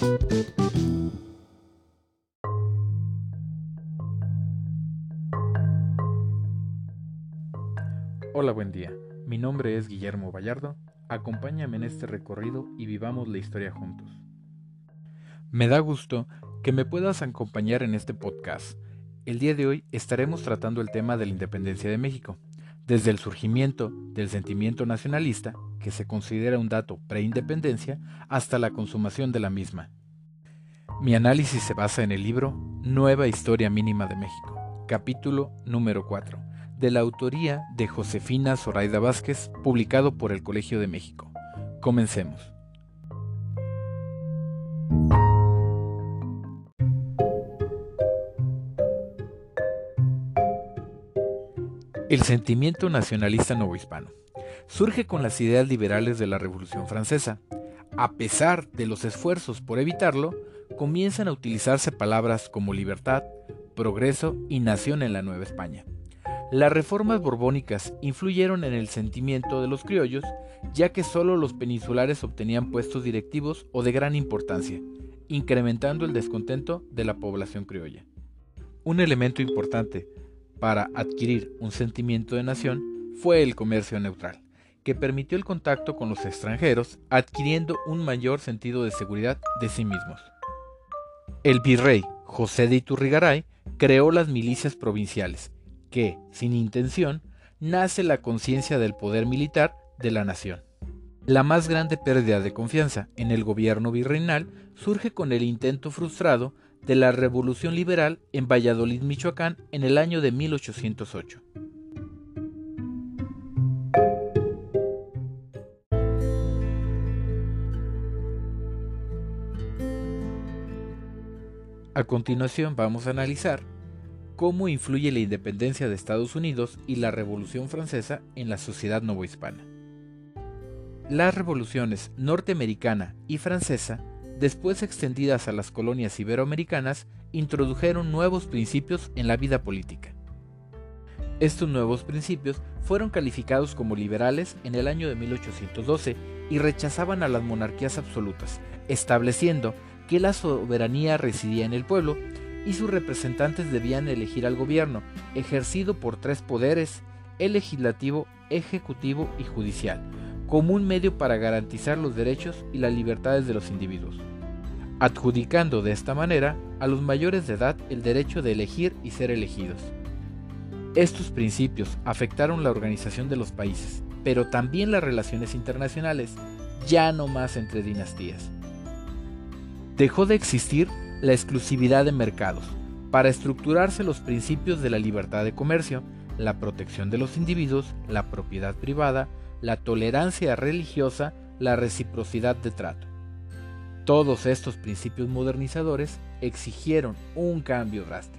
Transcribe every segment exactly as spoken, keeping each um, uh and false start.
Hola, buen día. Mi nombre es Guillermo Vallardo. Acompáñame en este recorrido y vivamos la historia juntos. Me da gusto que me puedas acompañar en este podcast. El día de hoy estaremos tratando el tema de la independencia de México, desde el surgimiento del sentimiento nacionalista, que se considera un dato preindependencia, hasta la consumación de la misma. Mi análisis se basa en el libro Nueva Historia Mínima de México, capítulo número cuatro, de la autoría de Josefina Zoraida Vázquez, publicado por el Colegio de México. Comencemos. El sentimiento nacionalista novohispano surge con las ideas liberales de la Revolución Francesa. A pesar de los esfuerzos por evitarlo, comienzan a utilizarse palabras como libertad, progreso y nación en la Nueva España. Las reformas borbónicas influyeron en el sentimiento de los criollos, ya que solo los peninsulares obtenían puestos directivos o de gran importancia, incrementando el descontento de la población criolla. Un elemento importante para adquirir un sentimiento de nación fue el comercio neutral, que permitió el contacto con los extranjeros, adquiriendo un mayor sentido de seguridad de sí mismos. El virrey José de Iturrigaray creó las milicias provinciales, que, sin intención, nace la conciencia del poder militar de la nación. La más grande pérdida de confianza en el gobierno virreinal surge con el intento frustrado de la Revolución Liberal en Valladolid, Michoacán, en el año de mil ochocientos ocho. A continuación vamos a analizar cómo influye la independencia de Estados Unidos y la Revolución Francesa en la sociedad novohispana. Las revoluciones norteamericana y francesa, después extendidas a las colonias iberoamericanas, introdujeron nuevos principios en la vida política. Estos nuevos principios fueron calificados como liberales en el año de mil ochocientos doce y rechazaban a las monarquías absolutas, estableciendo que la soberanía residía en el pueblo y sus representantes debían elegir al gobierno, ejercido por tres poderes, el legislativo, ejecutivo y judicial, como un medio para garantizar los derechos y las libertades de los individuos, adjudicando de esta manera a los mayores de edad el derecho de elegir y ser elegidos. Estos principios afectaron la organización de los países, pero también las relaciones internacionales, ya no más entre dinastías. Dejó de existir la exclusividad de mercados, para estructurarse los principios de la libertad de comercio, la protección de los individuos, la propiedad privada, la tolerancia religiosa, la reciprocidad de trato. Todos estos principios modernizadores exigieron un cambio drástico.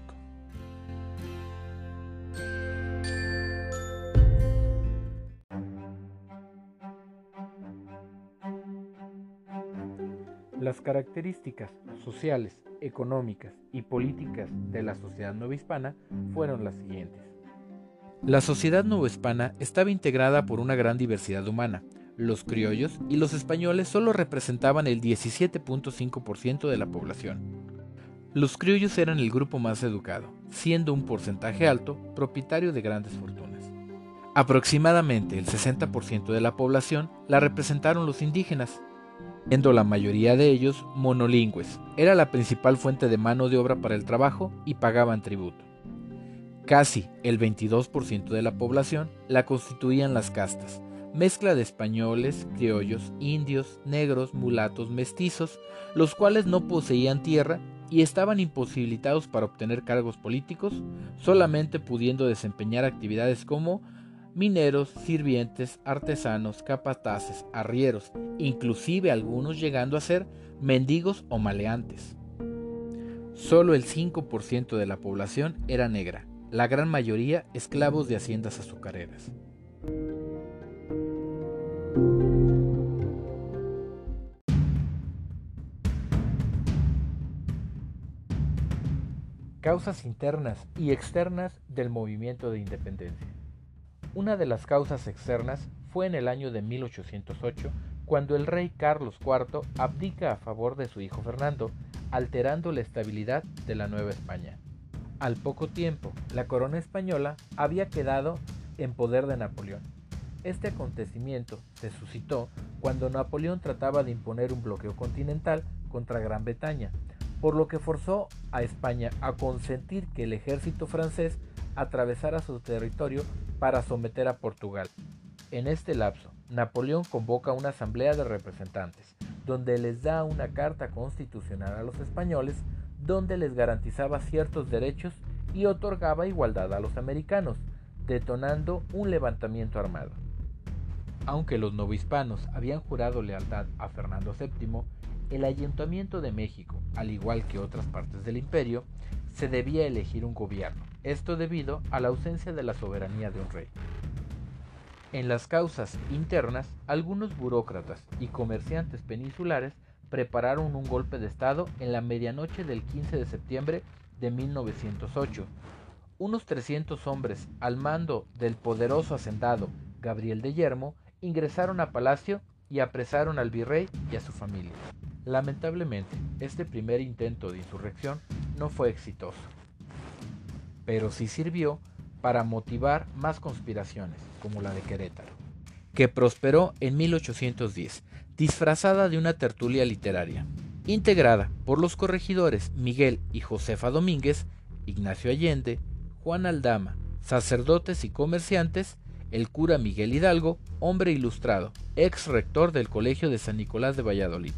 Las características sociales, económicas y políticas de la sociedad novohispana fueron las siguientes. La sociedad novohispana estaba integrada por una gran diversidad humana. Los criollos y los españoles solo representaban el diecisiete punto cinco por ciento de la población. Los criollos eran el grupo más educado, siendo un porcentaje alto propietario de grandes fortunas. Aproximadamente el sesenta por ciento de la población la representaron los indígenas, siendo la mayoría de ellos monolingües. Era la principal fuente de mano de obra para el trabajo y pagaban tributo. Casi el veintidós por ciento de la población la constituían las castas, mezcla de españoles, criollos, indios, negros, mulatos, mestizos, los cuales no poseían tierra y estaban imposibilitados para obtener cargos políticos, solamente pudiendo desempeñar actividades como mineros, sirvientes, artesanos, capataces, arrieros, inclusive algunos llegando a ser mendigos o maleantes. Solo el cinco por ciento de la población era negra, la gran mayoría esclavos de haciendas azucareras. Causas internas y externas del movimiento de independencia. Una de las causas externas fue en el año de mil ochocientos ocho, cuando el rey Carlos cuarto abdica a favor de su hijo Fernando, alterando la estabilidad de la Nueva España. Al poco tiempo, la corona española había quedado en poder de Napoleón. Este acontecimiento se suscitó cuando Napoleón trataba de imponer un bloqueo continental contra Gran Bretaña, por lo que forzó a España a consentir que el ejército francés atravesara su territorio para someter a Portugal. En este lapso, Napoleón convoca una asamblea de representantes, donde les da una carta constitucional a los españoles, donde les garantizaba ciertos derechos y otorgaba igualdad a los americanos, detonando un levantamiento armado. Aunque los novohispanos habían jurado lealtad a Fernando séptimo, el Ayuntamiento de México, al igual que otras partes del imperio, se debía elegir un gobierno, esto debido a la ausencia de la soberanía de un rey. En las causas internas, algunos burócratas y comerciantes peninsulares prepararon un golpe de estado en la medianoche del quince de septiembre de mil novecientos ocho. Unos trescientos hombres al mando del poderoso hacendado Gabriel de Yermo ingresaron a palacio y apresaron al virrey y a su familia. Lamentablemente, este primer intento de insurrección no fue exitoso, pero sí sirvió para motivar más conspiraciones, como la de Querétaro, que prosperó en mil ochocientos diez, disfrazada de una tertulia literaria, integrada por los corregidores Miguel y Josefa Domínguez, Ignacio Allende, Juan Aldama, sacerdotes y comerciantes, el cura Miguel Hidalgo, hombre ilustrado, ex rector del Colegio de San Nicolás de Valladolid.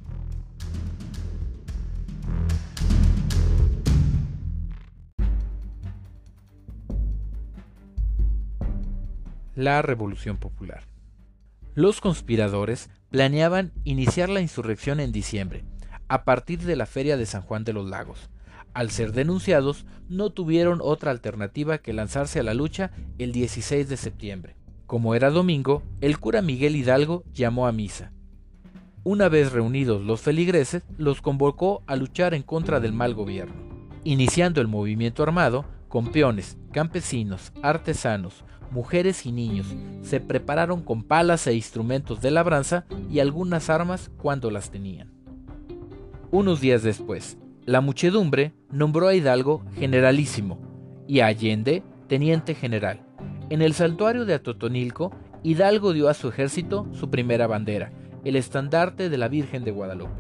La Revolución Popular. Los conspiradores planeaban iniciar la insurrección en diciembre, a partir de la Feria de San Juan de los Lagos. Al ser denunciados, no tuvieron otra alternativa que lanzarse a la lucha el dieciséis de septiembre. Como era domingo, el cura Miguel Hidalgo llamó a misa. Una vez reunidos los feligreses, los convocó a luchar en contra del mal gobierno, iniciando el movimiento armado con peones, campesinos, artesanos, mujeres y niños. Se prepararon con palas e instrumentos de labranza y algunas armas cuando las tenían. Unos días después, la muchedumbre nombró a Hidalgo generalísimo y a Allende teniente general. En el santuario de Atotonilco, Hidalgo dio a su ejército su primera bandera, el estandarte de la Virgen de Guadalupe.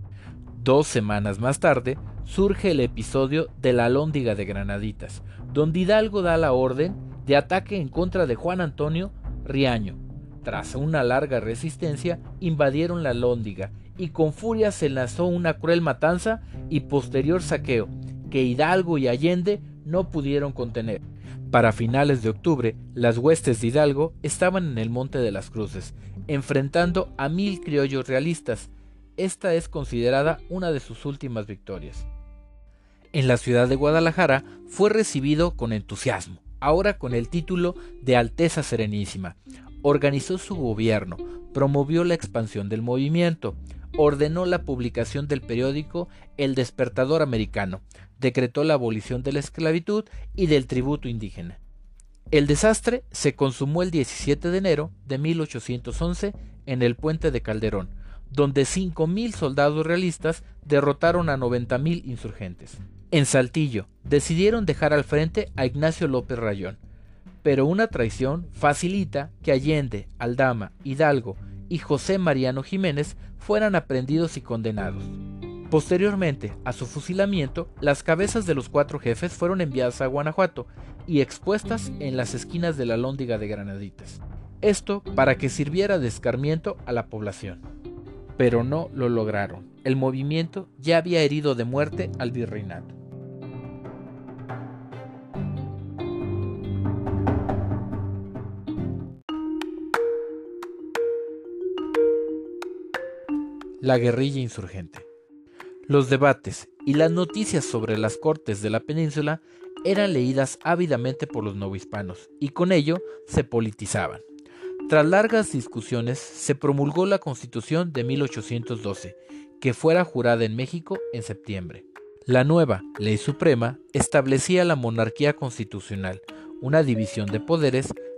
Dos semanas más tarde, surge el episodio de la Alhóndiga de Granaditas, donde Hidalgo da la orden de ataque en contra de Juan Antonio Riaño. Tras una larga resistencia, invadieron la Alhóndiga y con furia se lanzó una cruel matanza y posterior saqueo que Hidalgo y Allende no pudieron contener. Para finales de octubre, las huestes de Hidalgo estaban en el Monte de las Cruces, enfrentando a mil criollos realistas. Esta es considerada una de sus últimas victorias. En la ciudad de Guadalajara fue recibido con entusiasmo, ahora con el título de Alteza Serenísima. Organizó su gobierno, promovió la expansión del movimiento, ordenó la publicación del periódico El Despertador Americano, decretó la abolición de la esclavitud y del tributo indígena. El desastre se consumó el diecisiete de enero de mil ochocientos once en el Puente de Calderón, donde cinco mil soldados realistas derrotaron a noventa mil insurgentes. En Saltillo, decidieron dejar al frente a Ignacio López Rayón, pero una traición facilita que Allende, Aldama, Hidalgo y José Mariano Jiménez fueran aprehendidos y condenados. Posteriormente a su fusilamiento, las cabezas de los cuatro jefes fueron enviadas a Guanajuato y expuestas en las esquinas de la Alhóndiga de Granaditas. Esto para que sirviera de escarmiento a la población. Pero no lo lograron. El movimiento ya había herido de muerte al virreinato. La guerrilla insurgente. Los debates y las noticias sobre las cortes de la península eran leídas ávidamente por los novohispanos y con ello se politizaban. Tras largas discusiones se promulgó la Constitución de mil ochocientos doce, que fuera jurada en México en septiembre. La nueva Ley Suprema establecía la monarquía constitucional, una división de poderes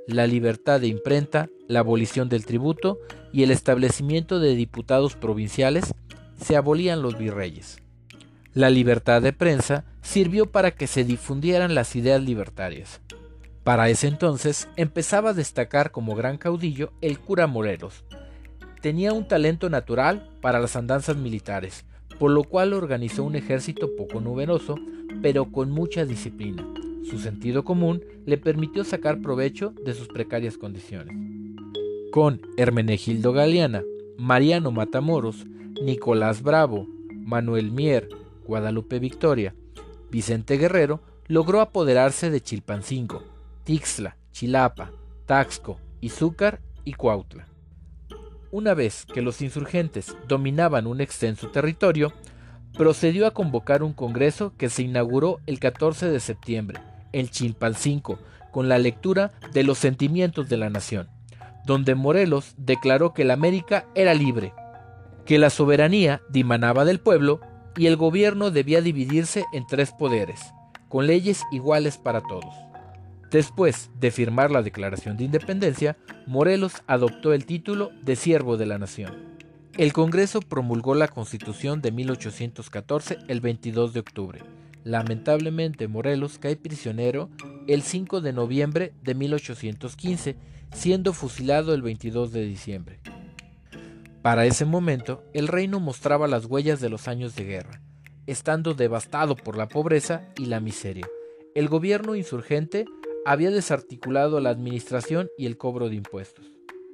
la libertad de imprenta, la abolición del tributo y el establecimiento de diputados provinciales, se abolían los virreyes. La libertad de prensa sirvió para que se difundieran las ideas libertarias. Para ese entonces empezaba a destacar como gran caudillo el cura Morelos. Tenía un talento natural para las andanzas militares, por lo cual organizó un ejército poco numeroso, pero con mucha disciplina. Su sentido común le permitió sacar provecho de sus precarias condiciones. Con Hermenegildo Galiana, Mariano Matamoros, Nicolás Bravo, Manuel Mier, Guadalupe Victoria, Vicente Guerrero, logró apoderarse de Chilpancingo, Tixla, Chilapa, Taxco, Izúcar y Cuautla. Una vez que los insurgentes dominaban un extenso territorio, procedió a convocar un congreso que se inauguró el catorce de septiembre, en Chilpancingo, con la lectura de los sentimientos de la nación, donde Morelos declaró que la América era libre, que la soberanía dimanaba del pueblo y el gobierno debía dividirse en tres poderes, con leyes iguales para todos. Después de firmar la Declaración de Independencia, Morelos adoptó el título de Siervo de la Nación. El Congreso promulgó la Constitución de mil ochocientos catorce el veintidós de octubre. Lamentablemente, Morelos cae prisionero el cinco de noviembre de mil ochocientos quince, siendo fusilado el veintidós de diciembre. Para ese momento, el reino mostraba las huellas de los años de guerra, estando devastado por la pobreza y la miseria. El gobierno insurgente había desarticulado la administración y el cobro de impuestos.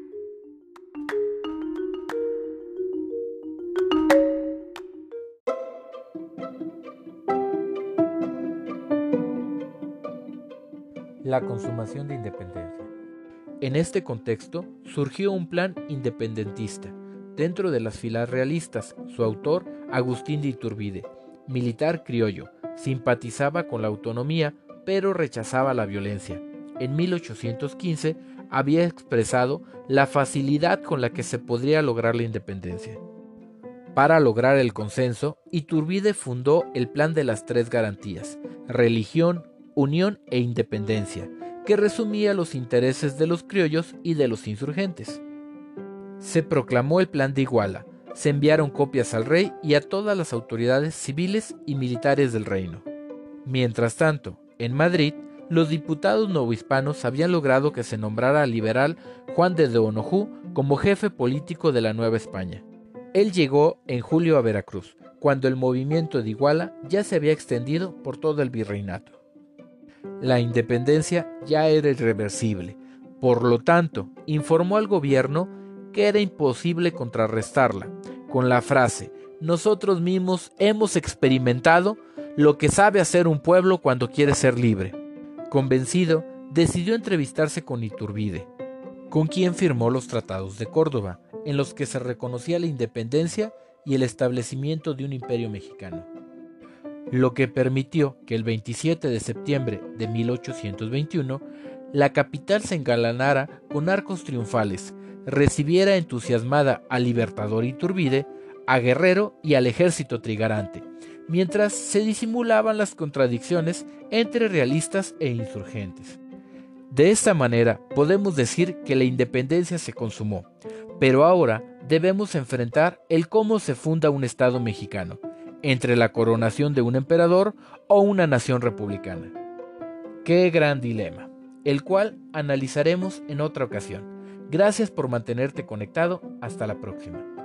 La consumación de independencia. En este contexto surgió un plan independentista dentro de las filas realistas. Su autor, Agustín de Iturbide, militar criollo, simpatizaba con la autonomía, pero rechazaba la violencia. En mil ochocientos quince había expresado la facilidad con la que se podría lograr la independencia. Para lograr el consenso, Iturbide fundó el Plan de las Tres Garantías: religión, unión e independencia, que resumía los intereses de los criollos y de los insurgentes. Se proclamó el Plan de Iguala, se enviaron copias al rey y a todas las autoridades civiles y militares del reino. Mientras tanto, en Madrid, los diputados novohispanos habían logrado que se nombrara al liberal Juan de Donojú como jefe político de la Nueva España. Él llegó en julio a Veracruz, cuando el movimiento de Iguala ya se había extendido por todo el virreinato. La independencia ya era irreversible, por lo tanto, informó al gobierno que era imposible contrarrestarla, con la frase: nosotros mismos hemos experimentado lo que sabe hacer un pueblo cuando quiere ser libre. Convencido, decidió entrevistarse con Iturbide, con quien firmó los Tratados de Córdoba, en los que se reconocía la independencia y el establecimiento de un imperio mexicano, lo que permitió que el veintisiete de septiembre de mil ochocientos veintiuno la capital se engalanara con arcos triunfales, recibiera entusiasmada al libertador Iturbide, a Guerrero y al ejército trigarante, mientras se disimulaban las contradicciones entre realistas e insurgentes. De esta manera podemos decir que la independencia se consumó, pero ahora debemos enfrentar el cómo se funda un Estado mexicano, entre la coronación de un emperador o una nación republicana. ¡Qué gran dilema!, el cual analizaremos en otra ocasión. Gracias por mantenerte conectado. Hasta la próxima.